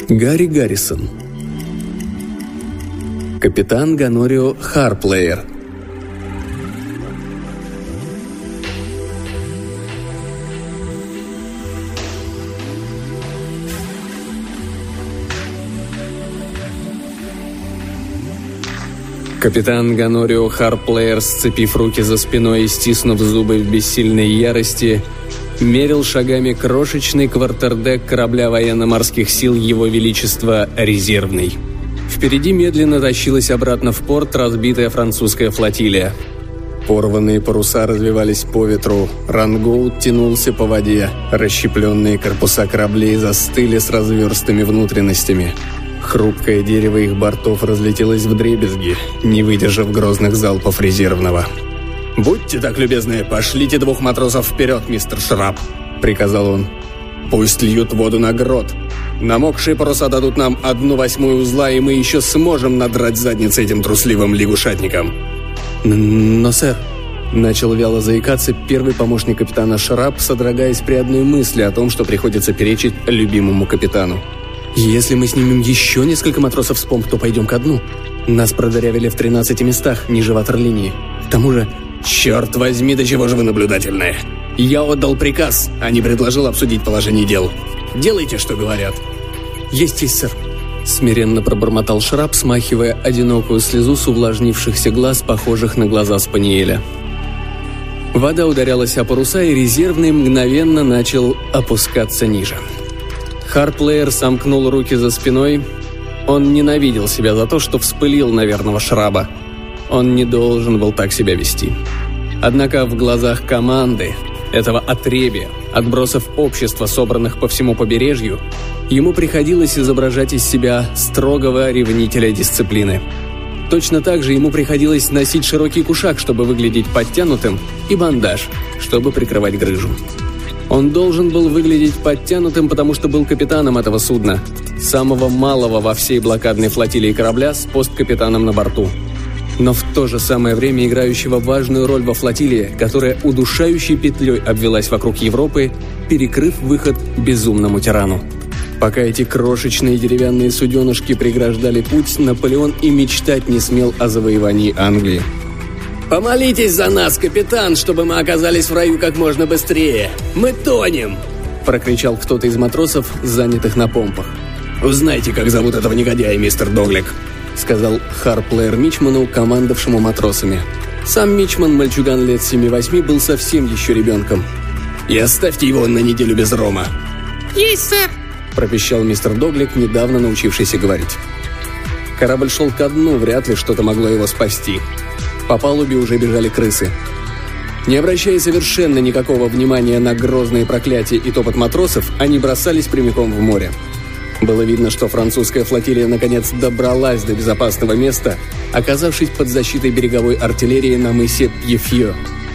Гарри Гаррисон. Капитан Гонорио Харплеер. Капитан Гонорио Харплеер, сцепив руки за спиной и стиснув зубы в бессильной ярости, мерил шагами крошечный квартердек корабля военно-морских сил Его Величества «Резервный». Впереди медленно тащилась обратно в порт разбитая французская флотилия. Порванные паруса развивались по ветру, рангоут тянулся по воде, расщепленные корпуса кораблей застыли с разверстыми внутренностями. Хрупкое дерево их бортов разлетелось вдребезги, не выдержав грозных залпов резервного. «Будьте так любезны, пошлите 2 матросов вперед, мистер Шраб», — приказал он. «Пусть льют воду на грот. Намокшие паруса дадут нам 1/8 узла, и мы еще сможем надрать задницы этим трусливым лягушатникам». «Но, сэр», — начал вяло заикаться первый помощник капитана Шраб, содрогаясь при одной мысли о том, что приходится перечить любимому капитану. «Если мы снимем еще несколько матросов с помп, то пойдем ко дну. Нас продырявили в 13 местах ниже ватерлинии. К тому же...» «Черт возьми, до чего же вы наблюдательные! Я отдал приказ, а не предложил обсудить положение дел. Делайте, что говорят». «Есть, сэр», — смиренно пробормотал Шраб, смахивая одинокую слезу с увлажнившихся глаз, похожих на глаза спаниеля. Вода ударялась о паруса, и резервный мгновенно начал опускаться ниже. Харплеер сомкнул руки за спиной. Он ненавидел себя за то, что вспылил на верного Шраба. Он не должен был так себя вести. Однако в глазах команды, этого отребия, отбросов общества, собранных по всему побережью, ему приходилось изображать из себя строгого ревнителя дисциплины. Точно так же ему приходилось носить широкий кушак, чтобы выглядеть подтянутым, и бандаж, чтобы прикрывать грыжу. Он должен был выглядеть подтянутым, потому что был капитаном этого судна, самого малого во всей блокадной флотилии корабля с посткапитаном на борту. Но в то же самое время играющего важную роль во флотилии, которая удушающей петлей обвелась вокруг Европы, перекрыв выход безумному тирану. Пока эти крошечные деревянные суденышки преграждали путь, Наполеон и мечтать не смел о завоевании Англии. «Помолитесь за нас, капитан, чтобы мы оказались в раю как можно быстрее! Мы тонем!» – прокричал кто-то из матросов, занятых на помпах. «Узнайте, как зовут этого негодяя, мистер Доглик», – сказал Харплеер мичману, командовавшему матросами. Сам мичман, мальчуган лет 7-8, был совсем еще ребенком. «И оставьте его на неделю без рома». «Есть, сэр», – пропищал мистер Доглик, недавно научившийся говорить. Корабль шел ко дну, вряд ли что-то могло его спасти. По палубе уже бежали крысы. Не обращая совершенно никакого внимания на грозные проклятия и топот матросов, они бросались прямиком в море. Было видно, что французская флотилия наконец добралась до безопасного места, оказавшись под защитой береговой артиллерии на мысе Пьефьё.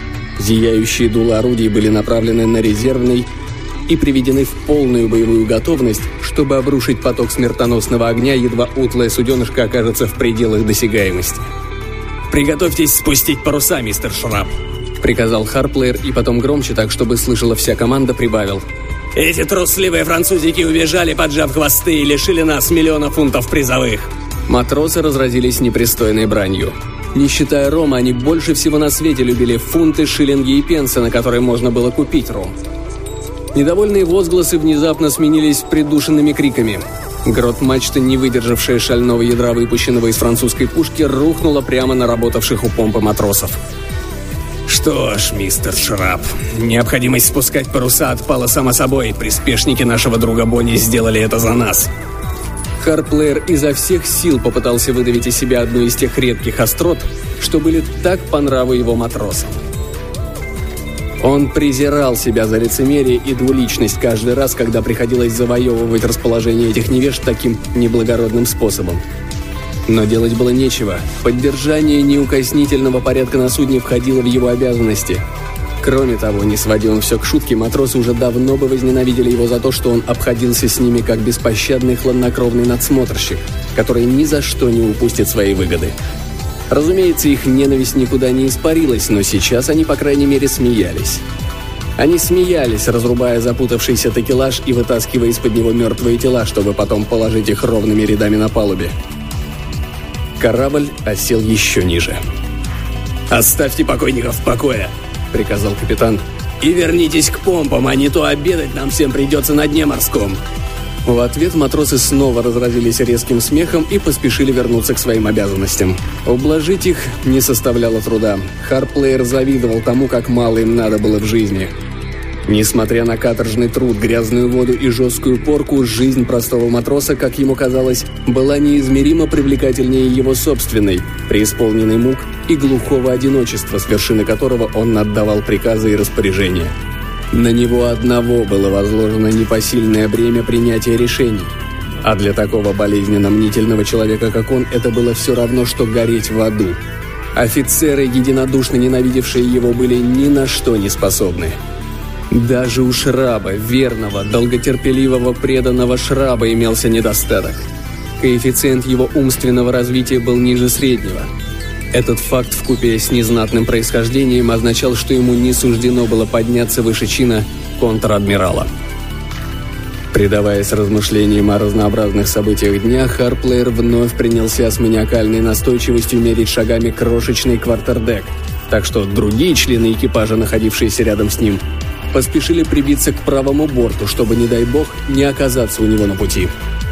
Зияющие дула орудий были направлены на резервный и приведены в полную боевую готовность, чтобы обрушить поток смертоносного огня, едва утлое суденышко окажется в пределах досягаемости. «Приготовьтесь спустить паруса, мистер Шраб», — приказал Харплеер, и потом громче, так чтобы слышала вся команда, прибавил. «Эти трусливые французики убежали, поджав хвосты, и лишили нас миллиона фунтов призовых». Матросы разразились непристойной бранью. Не считая рома, они больше всего на свете любили фунты, шиллинги и пенсы, на которые можно было купить ром. Недовольные возгласы внезапно сменились придушенными криками. Грот мачты, не выдержавшая шального ядра, выпущенного из французской пушки, рухнула прямо на работавших у помпы матросов. «Что ж, мистер Шраб, необходимость спускать паруса отпала само собой. Приспешники нашего друга Бонни сделали это за нас». Харплеер изо всех сил попытался выдавить из себя одну из тех редких острот, что были так по нраву его матросам. Он презирал себя за лицемерие и двуличность каждый раз, когда приходилось завоевывать расположение этих невежд таким неблагородным способом. Но делать было нечего. Поддержание неукоснительного порядка на судне входило в его обязанности. Кроме того, не сводя он все к шутке, матросы уже давно бы возненавидели его за то, что он обходился с ними как беспощадный хладнокровный надсмотрщик, который ни за что не упустит своей выгоды. Разумеется, их ненависть никуда не испарилась, но сейчас они, по крайней мере, смеялись. Они смеялись, разрубая запутавшийся такелаж и вытаскивая из-под него мертвые тела, чтобы потом положить их ровными рядами на палубе. Корабль осел еще ниже. «Оставьте покойников в покое», — приказал капитан. «И вернитесь к помпам, а не то обедать нам всем придется на дне морском». В ответ матросы снова разразились резким смехом и поспешили вернуться к своим обязанностям. Ублажить их не составляло труда. Харплеер завидовал тому, как мало им надо было в жизни. Несмотря на каторжный труд, грязную воду и жесткую порку, жизнь простого матроса, как ему казалось, была неизмеримо привлекательнее его собственной, преисполненной мук и глухого одиночества, с вершины которого он отдавал приказы и распоряжения. На него одного было возложено непосильное бремя принятия решений. А для такого болезненно мнительного человека, как он, это было все равно, что гореть в аду. Офицеры, единодушно ненавидевшие его, были ни на что не способны. Даже у Шраба, верного, долготерпеливого, преданного Шраба, имелся недостаток. Коэффициент его умственного развития был ниже среднего. Этот факт вкупе с незнатным происхождением означал, что ему не суждено было подняться выше чина контр-адмирала. Предаваясь размышлениям о разнообразных событиях дня, Харплеер вновь принялся с маниакальной настойчивостью мерить шагами крошечный квартердек, так что другие члены экипажа, находившиеся рядом с ним, поспешили прибиться к правому борту, чтобы, не дай бог, не оказаться у него на пути.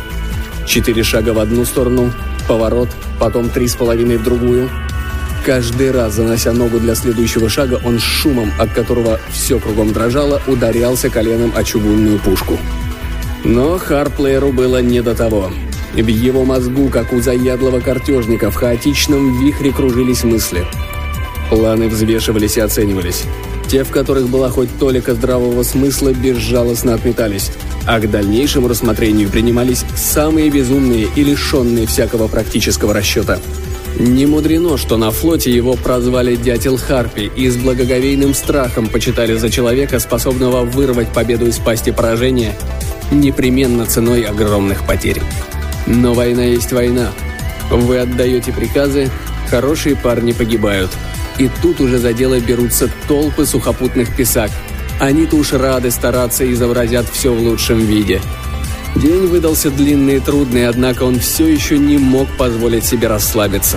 4 шага в одну сторону, поворот, потом 3,5 в другую. Каждый раз, занося ногу для следующего шага, он с шумом, от которого все кругом дрожало, ударялся коленом о чугунную пушку. Но Харплееру было не до того. В его мозгу, как у заядлого картежника, в хаотичном вихре кружились мысли. Планы взвешивались и оценивались. Те, в которых была хоть толика здравого смысла, безжалостно отметались, а к дальнейшему рассмотрению принимались самые безумные и лишенные всякого практического расчета. Не мудрено, что на флоте его прозвали «Дятел Харпи» и с благоговейным страхом почитали за человека, способного вырвать победу из пасти поражения, непременно ценой огромных потерь. Но война есть война. Вы отдаете приказы, хорошие парни погибают. И тут уже за дело берутся толпы сухопутных писак. Они-то уж рады стараться и изобразят все в лучшем виде. День выдался длинный и трудный, однако он все еще не мог позволить себе расслабиться.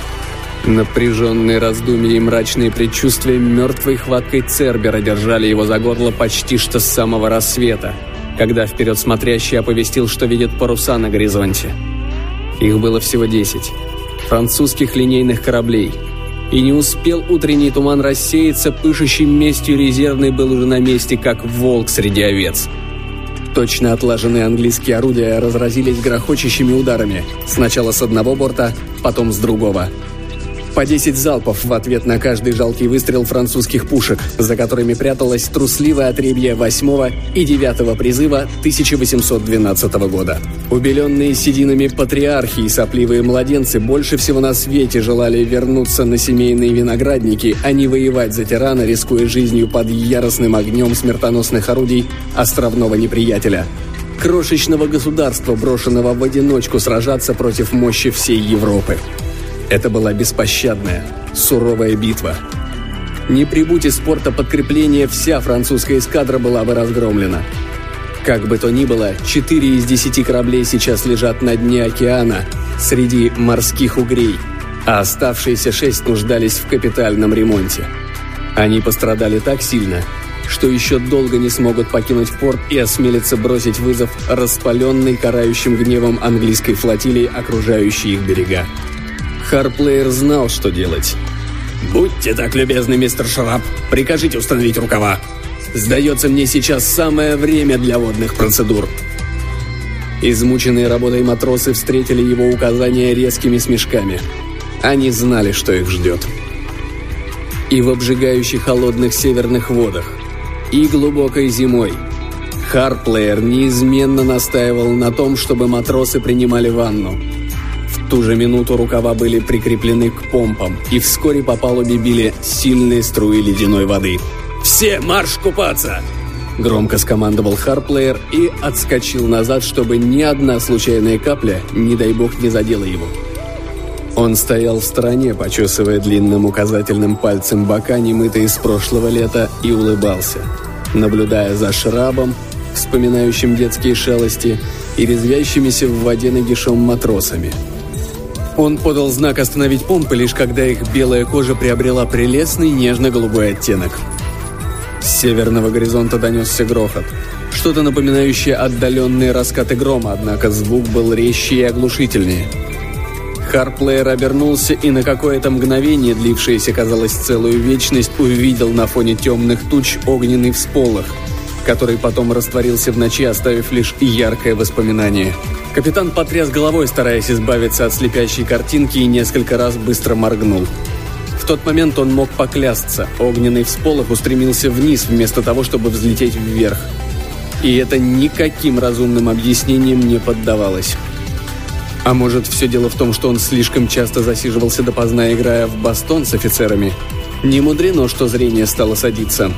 Напряженные раздумья и мрачные предчувствия мертвой хваткой Цербера держали его за горло почти что с самого рассвета, когда вперед смотрящий оповестил, что видит паруса на горизонте. Их было всего 10. Французских линейных кораблей. И не успел утренний туман рассеяться, пышущий местью резервный был уже на месте, как волк среди овец. Точно отлаженные английские орудия разразились грохочущими ударами. Сначала с одного борта, потом с другого. По 10 залпов в ответ на каждый жалкий выстрел французских пушек, за которыми пряталось трусливое отребье 8-го и 9-го призыва 1812 года. Убеленные сединами патриархи и сопливые младенцы больше всего на свете желали вернуться на семейные виноградники, а не воевать за тирана, рискуя жизнью под яростным огнем смертоносных орудий островного неприятеля. Крошечного государства, брошенного в одиночку сражаться против мощи всей Европы. Это была беспощадная, суровая битва. Не прибудь из порта подкрепления, вся французская эскадра была бы разгромлена. Как бы то ни было, 4 из 10 кораблей сейчас лежат на дне океана, среди морских угрей, а оставшиеся 6 нуждались в капитальном ремонте. Они пострадали так сильно, что еще долго не смогут покинуть порт и осмелиться бросить вызов распаленной карающим гневом английской флотилии, окружающей их берега. Харплеер знал, что делать. «Будьте так любезны, мистер Шраб, прикажите установить рукава. Сдается мне сейчас самое время для водных процедур». Измученные работой матросы встретили его указания резкими смешками. Они знали, что их ждет. И в обжигающих холодных северных водах, и глубокой зимой Харплеер неизменно настаивал на том, чтобы матросы принимали ванну. В ту же минуту рукава были прикреплены к помпам, и вскоре по палубе били сильные струи ледяной воды. «Все, марш купаться!» — громко скомандовал Харплеер и отскочил назад, чтобы ни одна случайная капля, не дай бог, не задела его. Он стоял в стороне, почесывая длинным указательным пальцем бока, немытые с прошлого лета, и улыбался. наблюдая за Шрабом, вспоминающим детские шалости, и резвящимися в воде нагишом матросами. Он подал знак остановить помпы, лишь когда их белая кожа приобрела прелестный нежно-голубой оттенок. С северного горизонта донесся грохот. Что-то напоминающее отдаленные раскаты грома, однако звук был резче и оглушительнее. Харплеер обернулся и на какое-то мгновение, длившееся, казалось, целую вечность, увидел на фоне темных туч огненный всполох, который потом растворился в ночи, оставив лишь яркое воспоминание. Капитан потряс головой, стараясь избавиться от слепящей картинки, и несколько раз быстро моргнул. В тот момент он мог поклясться. Огненный всполох устремился вниз, вместо того, чтобы взлететь вверх. И это никаким разумным объяснением не поддавалось. А может, все дело в том, что он слишком часто засиживался допоздна, играя в бастон с офицерами? Не мудрено, что зрение стало садиться.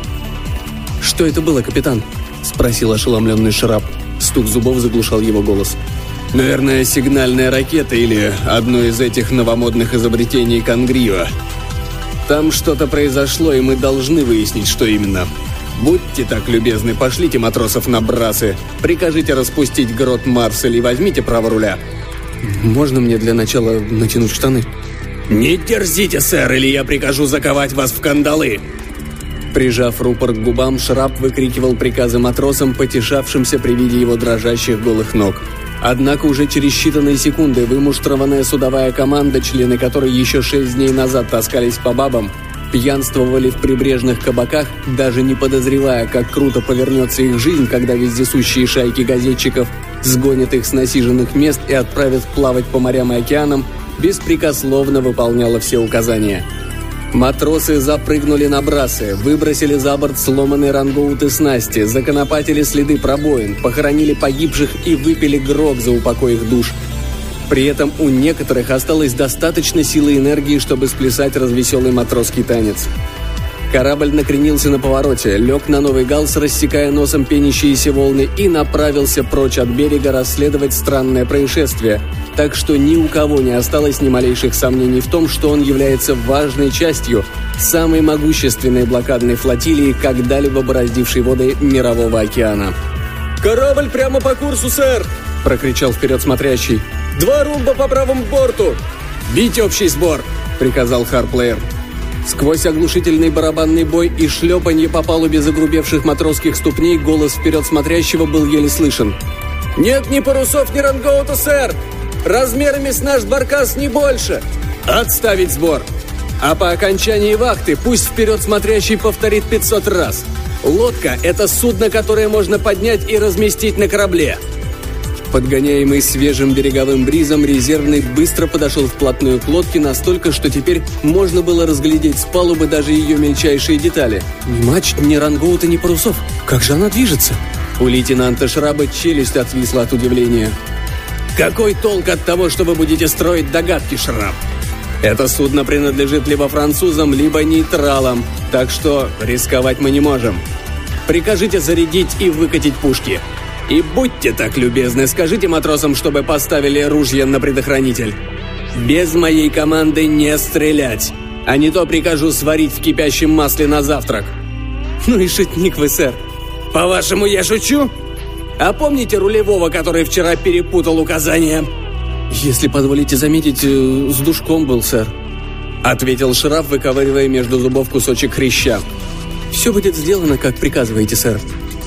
«Что это было, капитан?» – спросил ошеломленный Шраб. Стук зубов заглушал его голос. «Наверное, сигнальная ракета или одно из этих новомодных изобретений Конгрио. Там что-то произошло, и мы должны выяснить, что именно. Будьте так любезны, пошлите матросов на брасы, прикажите распустить грот Марсель и возьмите право руля». «Можно мне для начала натянуть штаны?» «Не дерзите, сэр, или я прикажу заковать вас в кандалы!» Прижав рупор к губам, Шраб выкрикивал приказы матросам, потешавшимся при виде его дрожащих голых ног. Однако уже через считанные секунды вымуштрованная судовая команда, члены которой еще 6 дней назад таскались по бабам, пьянствовали в прибрежных кабаках, даже не подозревая, как круто повернется их жизнь, когда вездесущие шайки газетчиков сгонят их с насиженных мест и отправят плавать по морям и океанам, беспрекословно выполняла все указания. Матросы запрыгнули на брасы, выбросили за борт сломанные рангоуты снасти, законопатили следы пробоин, похоронили погибших и выпили грог за упокой их душ. При этом у некоторых осталось достаточно силы и энергии, чтобы сплясать развеселый матросский танец. Корабль накренился на повороте, лег на новый галс, рассекая носом пенящиеся волны, и направился прочь от берега расследовать странное происшествие, так что ни у кого не осталось ни малейших сомнений в том, что он является важной частью самой могущественной блокадной флотилии, когда-либо бороздившей воды Мирового океана. «Корабль прямо по курсу, сэр!» – прокричал вперед смотрящий. «2 румба по правому борту!» «Бить общий сбор!» – приказал Харплеер. Сквозь оглушительный барабанный бой и шлепанье по палубе загрубевших матросских ступней голос вперед смотрящего был еле слышен. «Нет ни парусов, ни рангоута, сэр! Размерами с наш баркас не больше! Отставить сбор! А по окончании вахты пусть вперед смотрящий повторит 500 раз! Лодка – это судно, которое можно поднять и разместить на корабле!» Подгоняемый свежим береговым бризом, резервный быстро подошел вплотную к лодке настолько, что теперь можно было разглядеть с палубы даже ее мельчайшие детали. Ни мачт, ни рангоута, ни парусов. Как же она движется? У лейтенанта Шраба челюсть отвисла от удивления. «Какой толк от того, что вы будете строить догадки, Шраб? Это судно принадлежит либо французам, либо нейтралам, так что рисковать мы не можем. Прикажите зарядить и выкатить пушки. И будьте так любезны, скажите матросам, чтобы поставили ружья на предохранитель. Без моей команды не стрелять, а не то прикажу сварить в кипящем масле на завтрак». «Ну и шутник вы, сэр». «По-вашему, я шучу? А помните рулевого, который вчера перепутал указания?» «Если позволите заметить, с душком был, сэр», — ответил Шраф, выковыривая между зубов кусочек хряща. «Все будет сделано, как приказываете, сэр».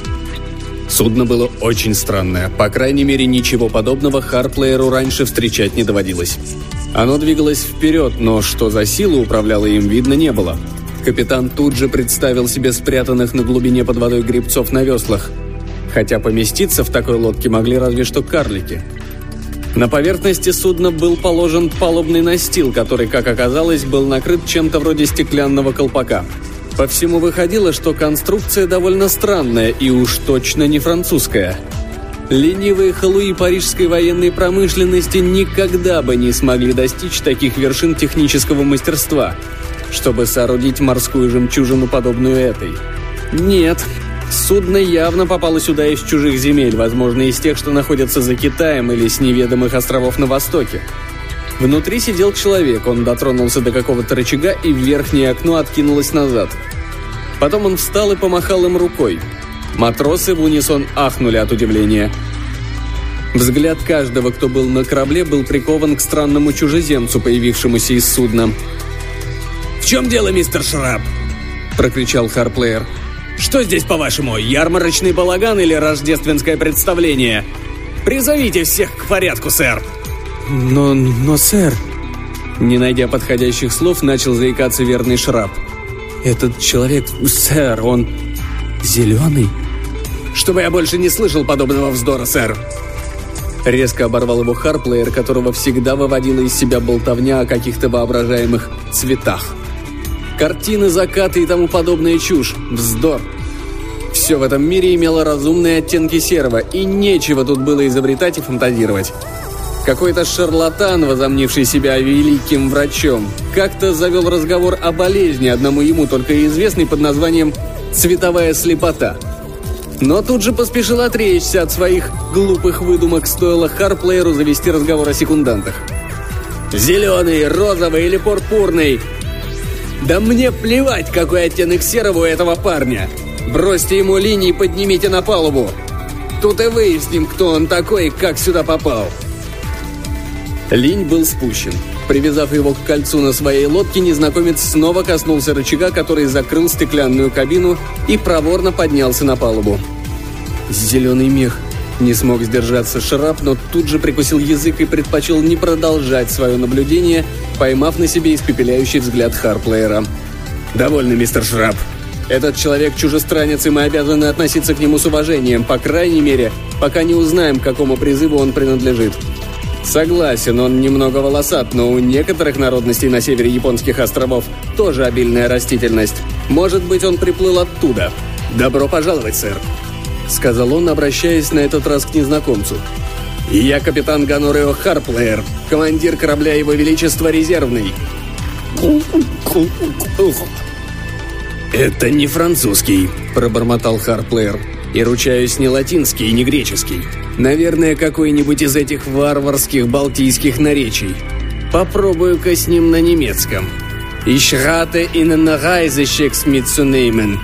Судно было очень странное. По крайней мере, ничего подобного Харплееру раньше встречать не доводилось. Оно двигалось вперед, но что за сила управляла им, видно не было. Капитан тут же представил себе спрятанных на глубине под водой гребцов на веслах. Хотя поместиться в такой лодке могли разве что карлики. На поверхности судна был положен палубный настил, который, как оказалось, был накрыт чем-то вроде стеклянного колпака. По всему выходило, что конструкция довольно странная и уж точно не французская. Ленивые халуи парижской военной промышленности никогда бы не смогли достичь таких вершин технического мастерства, чтобы соорудить морскую жемчужину, подобную этой. Нет, судно явно попало сюда из чужих земель, возможно, из тех, что находятся за Китаем или с неведомых островов на востоке. Внутри сидел человек, он дотронулся до какого-то рычага, и верхнее окно откинулось назад. Потом он встал и помахал им рукой. Матросы в унисон ахнули от удивления. Взгляд каждого, кто был на корабле, был прикован к странному чужеземцу, появившемуся из судна. «В чем дело, мистер Шраб?» – прокричал Харплеер. «Что здесь, по-вашему, ярмарочный балаган или рождественское представление? Призовите всех к порядку, сэр!» Но, сэр...» Не найдя подходящих слов, начал заикаться верный Шраб. «Этот человек, сэр, он... зеленый?» «Чтобы я больше не слышал подобного вздора, сэр!» Резко оборвал его Харплеер, которого всегда выводила из себя болтовня о каких-то воображаемых цветах. Картины, закаты и тому подобная чушь. Вздор. Все в этом мире имело разумные оттенки серого, и нечего тут было изобретать и фантазировать. Какой-то шарлатан, возомнивший себя великим врачом, как-то завел разговор о болезни, одному ему только известной под названием «цветовая слепота». Но тут же поспешил отречься от своих глупых выдумок, стоило Харплееру завести разговор о секундантах. «Зеленый, розовый или пурпурный? Да мне плевать, какой оттенок серого у этого парня! Бросьте ему линии и поднимите на палубу! Тут и выясним, кто он такой и как сюда попал!» Линь был спущен. Привязав его к кольцу на своей лодке, незнакомец снова коснулся рычага, который закрыл стеклянную кабину, и проворно поднялся на палубу. «Зеленый мех!» Не смог сдержаться Шраб, но тут же прикусил язык и предпочел не продолжать свое наблюдение, поймав на себе испепеляющий взгляд Харплеера. «Довольно, мистер Шраб. Этот человек чужестранец, и мы обязаны относиться к нему с уважением, по крайней мере, пока не узнаем, к какому призыву он принадлежит. Согласен, он немного волосат, но у некоторых народностей на севере японских островов тоже обильная растительность. Может быть, он приплыл оттуда. Добро пожаловать, сэр», — сказал он, обращаясь на этот раз к незнакомцу. «Я капитан Ганорио Харплеер, командир корабля Его Величества Резервный». «Это не французский», — пробормотал Харплеер. «И, ручаюсь, не латинский и не греческий. Наверное, какой-нибудь из этих варварских балтийских наречий. Попробую-ка с ним на немецком. Ich rate Ihnen Reise schick's mit zu nehmen».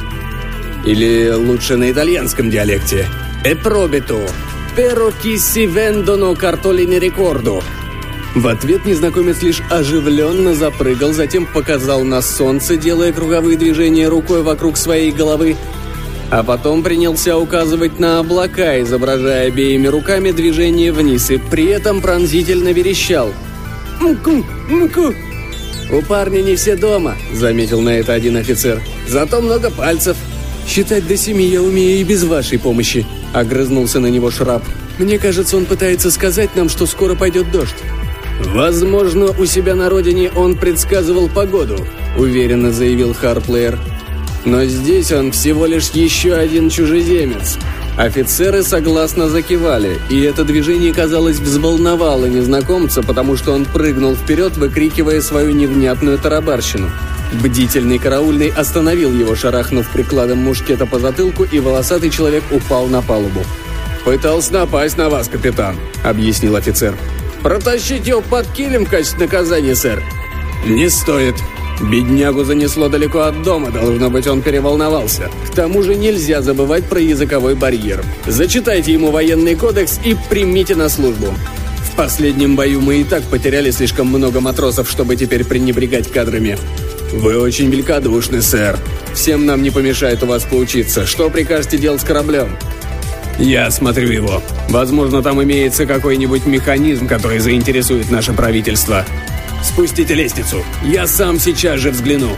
Или лучше на итальянском диалекте. «E probito, pero chi si vendono cartoline ricordo». В ответ незнакомец лишь оживленно запрыгал, затем показал на солнце, делая круговые движения рукой вокруг своей головы, а потом принялся указывать на облака, изображая обеими руками движение вниз, и при этом пронзительно верещал. «Мку! Мку!» «У парня не все дома», — заметил на это один офицер. «Зато много пальцев». «Считать до 7 я умею и без вашей помощи», — огрызнулся на него Шраб. «Мне кажется, он пытается сказать нам, что скоро пойдет дождь». «Возможно, у себя на родине он предсказывал погоду», — уверенно заявил Харплеер. «Но здесь он всего лишь еще один чужеземец». Офицеры согласно закивали, и это движение, казалось, взволновало незнакомца, потому что он прыгнул вперед, выкрикивая свою невнятную тарабарщину. Бдительный караульный остановил его, шарахнув прикладом мушкета по затылку, и волосатый человек упал на палубу. «Пытался напасть на вас, капитан», — объяснил офицер. «Протащите его под килем в качестве наказания, сэр». «Не стоит. Беднягу занесло далеко от дома, должно быть, он переволновался. К тому же нельзя забывать про языковой барьер. Зачитайте ему военный кодекс и примите на службу. В последнем бою мы и так потеряли слишком много матросов, чтобы теперь пренебрегать кадрами». «Вы очень великодушны, сэр. Всем нам не помешает у вас поучиться. Что прикажете делать с кораблем?» «Я осмотрю его. Возможно, там имеется какой-нибудь механизм, который заинтересует наше правительство. Спустите лестницу. Я сам сейчас же взгляну».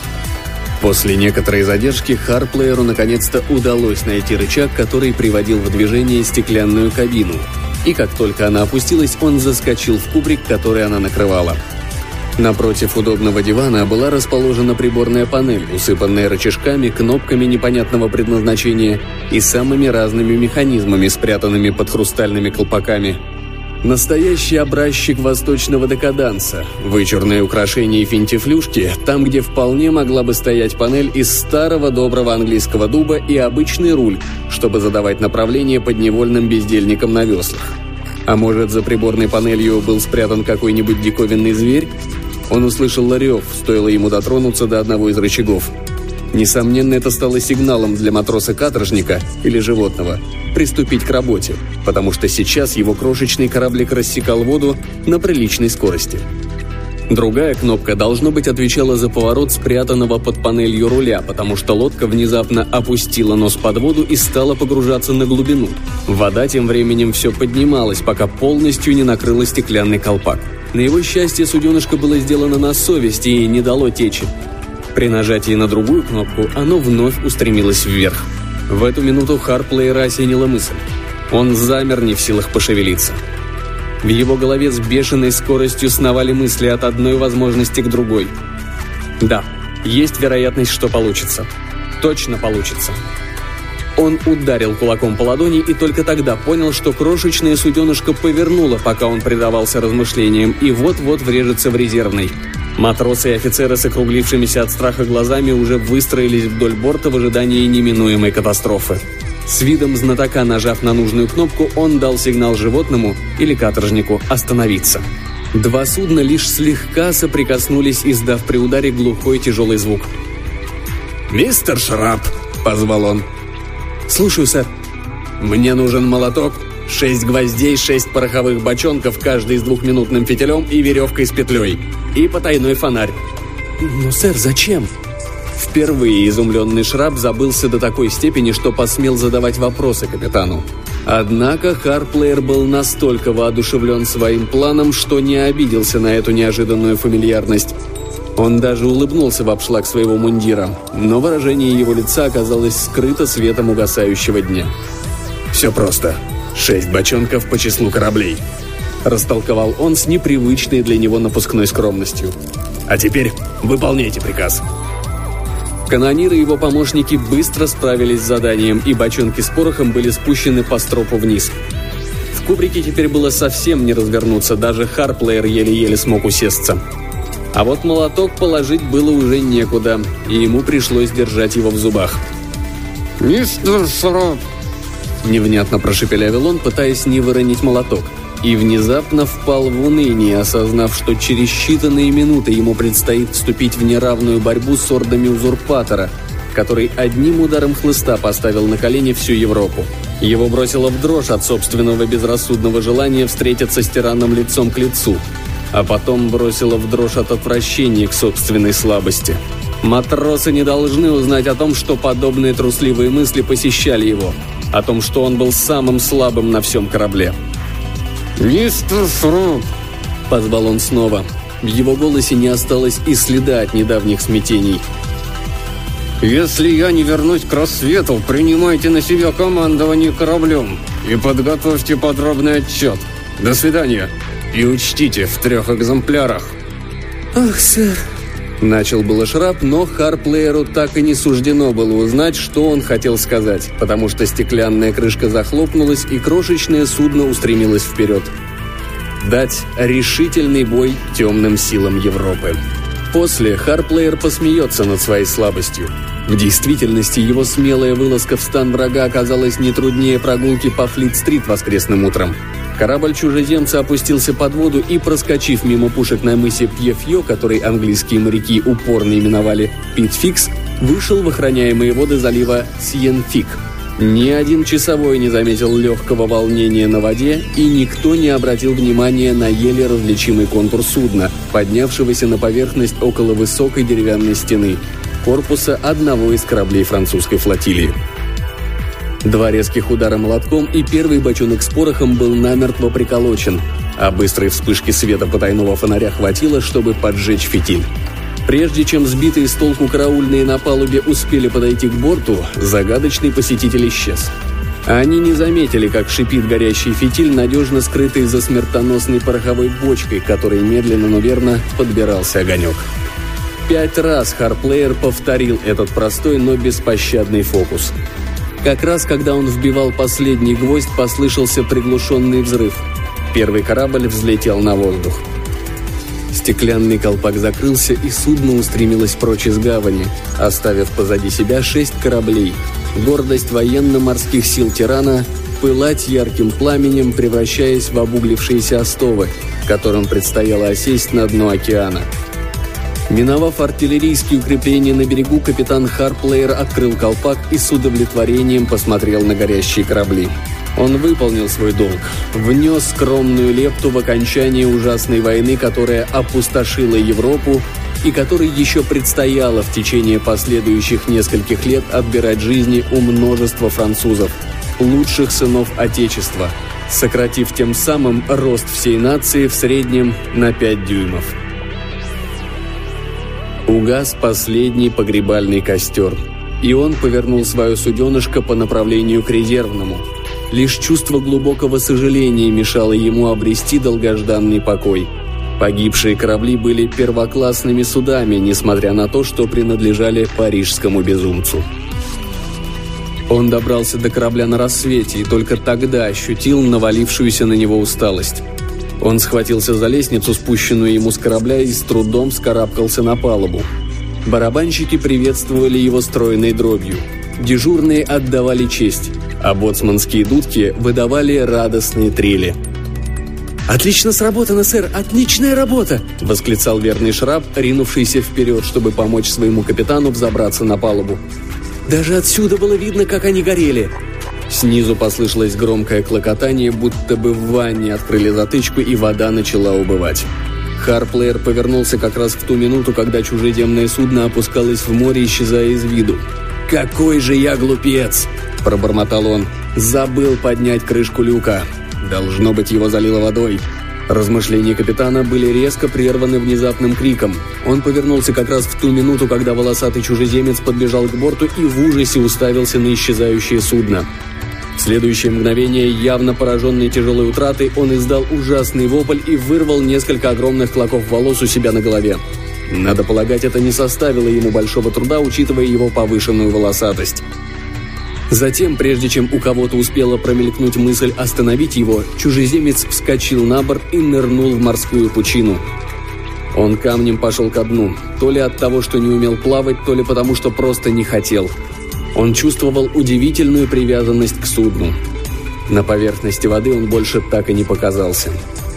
После некоторой задержки Харплееру наконец-то удалось найти рычаг, который приводил в движение стеклянную кабину. И как только она опустилась, он заскочил в кубрик, который она накрывала. Напротив удобного дивана была расположена приборная панель, усыпанная рычажками, кнопками непонятного предназначения и самыми разными механизмами, спрятанными под хрустальными колпаками. Настоящий образчик восточного декаданса, вычурные украшения и финтифлюшки, там, где вполне могла бы стоять панель из старого доброго английского дуба и обычный руль, чтобы задавать направление подневольным бездельникам на веслах. А может, за приборной панелью был спрятан какой-нибудь диковинный зверь? Он услышал рев, стоило ему дотронуться до одного из рычагов. Несомненно, это стало сигналом для матроса-каторжника или животного приступить к работе, потому что сейчас его крошечный кораблик рассекал воду на приличной скорости. Другая кнопка, должно быть, отвечала за поворот спрятанного под панелью руля, потому что лодка внезапно опустила нос под воду и стала погружаться на глубину. Вода тем временем все поднималась, пока полностью не накрыла стеклянный колпак. На его счастье, суденышко было сделано на совесть и не дало течи. При нажатии на другую кнопку оно вновь устремилось вверх. В эту минуту Харплеера осенила мысль. Он замер, не в силах пошевелиться. В его голове с бешеной скоростью сновали мысли от одной возможности к другой. Да, есть вероятность, что получится. Точно получится. Он ударил кулаком по ладони и только тогда понял, что крошечное суденышко повернуло, пока он предавался размышлениям, и вот-вот врежется в резервный. Матросы и офицеры с округлившимися от страха глазами уже выстроились вдоль борта в ожидании неминуемой катастрофы. С видом знатока, нажав на нужную кнопку, он дал сигнал животному или каторжнику остановиться. Два судна лишь слегка соприкоснулись, издав при ударе глухой тяжелый звук. «Мистер Шраб!» – позвал он. «Слушаю, сэр». «Мне нужен молоток, 6 гвоздей, 6 пороховых бочонков, каждый с 2-минутным фитилем и веревкой с петлей. И потайной фонарь». «Но, сэр, зачем?» Впервые изумленный Шраб забылся до такой степени, что посмел задавать вопросы капитану. Однако Харплеер был настолько воодушевлен своим планом, что не обиделся на эту неожиданную фамильярность. Он даже улыбнулся в обшлаг своего мундира, но выражение его лица оказалось скрыто светом угасающего дня. «Все просто. 6 бочонков по числу кораблей», – растолковал он с непривычной для него напускной скромностью. «А теперь выполняйте приказ». Канониры и его помощники быстро справились с заданием, и бочонки с порохом были спущены по стропу вниз. В кубрике теперь было совсем не развернуться, даже Харплеер еле-еле смог усесться. А вот молоток положить было уже некуда, и ему пришлось держать его в зубах. «Мистер Шраб!» – невнятно прошепелявил он, пытаясь не выронить молоток. И внезапно впал в уныние, осознав, что через считанные минуты ему предстоит вступить в неравную борьбу с ордами узурпатора, который одним ударом хлыста поставил на колени всю Европу. Его бросило в дрожь от собственного безрассудного желания встретиться с тираном лицом к лицу, а потом бросило в дрожь от отвращения к собственной слабости. Матросы не должны узнать о том, что подобные трусливые мысли посещали его, о том, что он был самым слабым на всем корабле. «Мистер Шраб!» – позвал он снова. В его голосе не осталось и следа от недавних смятений. «Если я не вернусь к рассвету, принимайте на себя командование кораблем и подготовьте подробный отчет. До свидания. И учтите, в 3 экземплярах». «Ах, сэр!» – начал было Шраб, но Харплееру так и не суждено было узнать, что он хотел сказать, потому что стеклянная крышка захлопнулась, и крошечное судно устремилось вперед. Дать решительный бой темным силам Европы. После Харплеер посмеется над своей слабостью. В действительности его смелая вылазка в стан врага оказалась не труднее прогулки по Флит-стрит воскресным утром. Корабль чужеземца опустился под воду и, проскочив мимо пушек на мысе Пьефьё, который английские моряки упорно именовали Питфикс, вышел в охраняемые воды залива Сьенфик. Ни один часовой не заметил легкого волнения на воде, и никто не обратил внимания на еле различимый контур судна, поднявшегося на поверхность около высокой деревянной стены, корпуса одного из кораблей французской флотилии. 2 резких удара молотком, и первый бочонок с порохом был намертво приколочен, а быстрой вспышки света потайного фонаря хватило, чтобы поджечь фитиль. Прежде чем сбитые с толку караульные на палубе успели подойти к борту, загадочный посетитель исчез. Они не заметили, как шипит горящий фитиль, надежно скрытый за смертоносной пороховой бочкой, к которой медленно, но верно подбирался огонек. 5 раз Харплеер повторил этот простой, но беспощадный фокус. Как раз когда он вбивал последний гвоздь, послышался приглушенный взрыв. Первый корабль взлетел на воздух. Стеклянный колпак закрылся, и судно устремилось прочь из гавани, оставив позади себя 6 кораблей. Гордость военно-морских сил тирана пылать ярким пламенем, превращаясь в обуглившиеся остовы, которым предстояло осесть на дно океана. Миновав артиллерийские укрепления на берегу, капитан Харплеер открыл колпак и с удовлетворением посмотрел на горящие корабли. Он выполнил свой долг, внес скромную лепту в окончание ужасной войны, которая опустошила Европу и которой еще предстояло в течение последующих нескольких лет отбирать жизни у множества французов, лучших сынов Отечества, сократив тем самым рост всей нации в среднем на 5 дюймов. Угас последний погребальный костер, и он повернул свое суденышко по направлению к резервному. Лишь чувство глубокого сожаления мешало ему обрести долгожданный покой. Погибшие корабли были первоклассными судами, несмотря на то, что принадлежали парижскому безумцу. Он добрался до корабля на рассвете и только тогда ощутил навалившуюся на него усталость. Он схватился за лестницу, спущенную ему с корабля, и с трудом вскарабкался на палубу. Барабанщики приветствовали его стройной дробью. Дежурные отдавали честь, а боцманские дудки выдавали радостные трели. «Отлично сработано, сэр! Отличная работа!» — восклицал верный Шраб, ринувшийся вперед, чтобы помочь своему капитану взобраться на палубу. «Даже отсюда было видно, как они горели!» Снизу послышалось громкое клокотание, будто бы в ванне открыли затычку, и вода начала убывать. Харплеер повернулся как раз в ту минуту, когда чужеземное судно опускалось в море, исчезая из виду. «Какой же я глупец!» – пробормотал он. «Забыл поднять крышку люка. Должно быть, его залило водой». Размышления капитана были резко прерваны внезапным криком. Он повернулся как раз в ту минуту, когда волосатый чужеземец подбежал к борту и в ужасе уставился на исчезающее судно. В следующее мгновение, явно пораженный тяжелой утратой, он издал ужасный вопль и вырвал несколько огромных клоков волос у себя на голове. Надо полагать, это не составило ему большого труда, учитывая его повышенную волосатость. Затем, прежде чем у кого-то успела промелькнуть мысль остановить его, чужеземец вскочил на борт и нырнул в морскую пучину. Он камнем пошел ко дну, то ли от того, что не умел плавать, то ли потому, что просто не хотел. Он чувствовал удивительную привязанность к судну. На поверхности воды он больше так и не показался.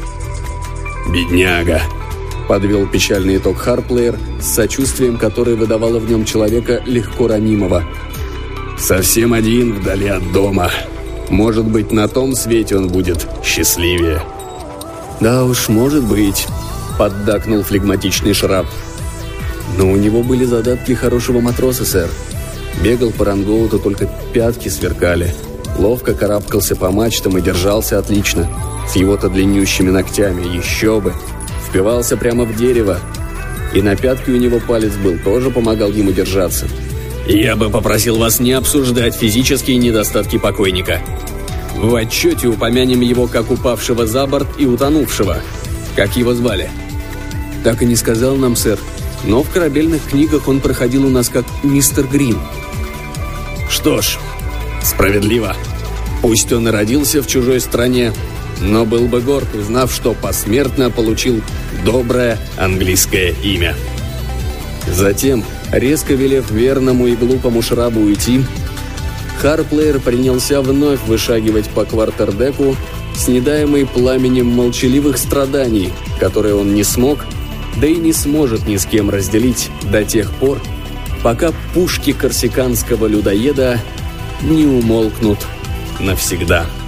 «Бедняга!» – подвел печальный итог Харплеер с сочувствием, которое выдавало в нем человека легко ранимого. «Совсем один вдали от дома. Может быть, на том свете он будет счастливее». «Да уж, может быть», – поддакнул флегматичный Шраб. «Но у него были задатки хорошего матроса, сэр. Бегал по рангоуту, только пятки сверкали. Ловко карабкался по мачтам и держался отлично. С его-то длиннющими ногтями, еще бы. Впивался прямо в дерево. И на пятке у него палец был, тоже помогал ему держаться. Я бы попросил вас не обсуждать физические недостатки покойника. В отчете упомянем его как упавшего за борт и утонувшего. Как его звали?» «Так и не сказал нам, сэр. Но в корабельных книгах он проходил у нас как мистер Грин». «Что ж, справедливо. Пусть он и родился в чужой стране, но был бы горд, узнав, что посмертно получил доброе английское имя». Затем, резко велев верному и глупому Шрабу уйти, Харплеер принялся вновь вышагивать по квартердеку, снедаемый пламенем молчаливых страданий, которые он не смог, да и не сможет ни с кем разделить до тех пор, пока пушки корсиканского людоеда не умолкнут навсегда.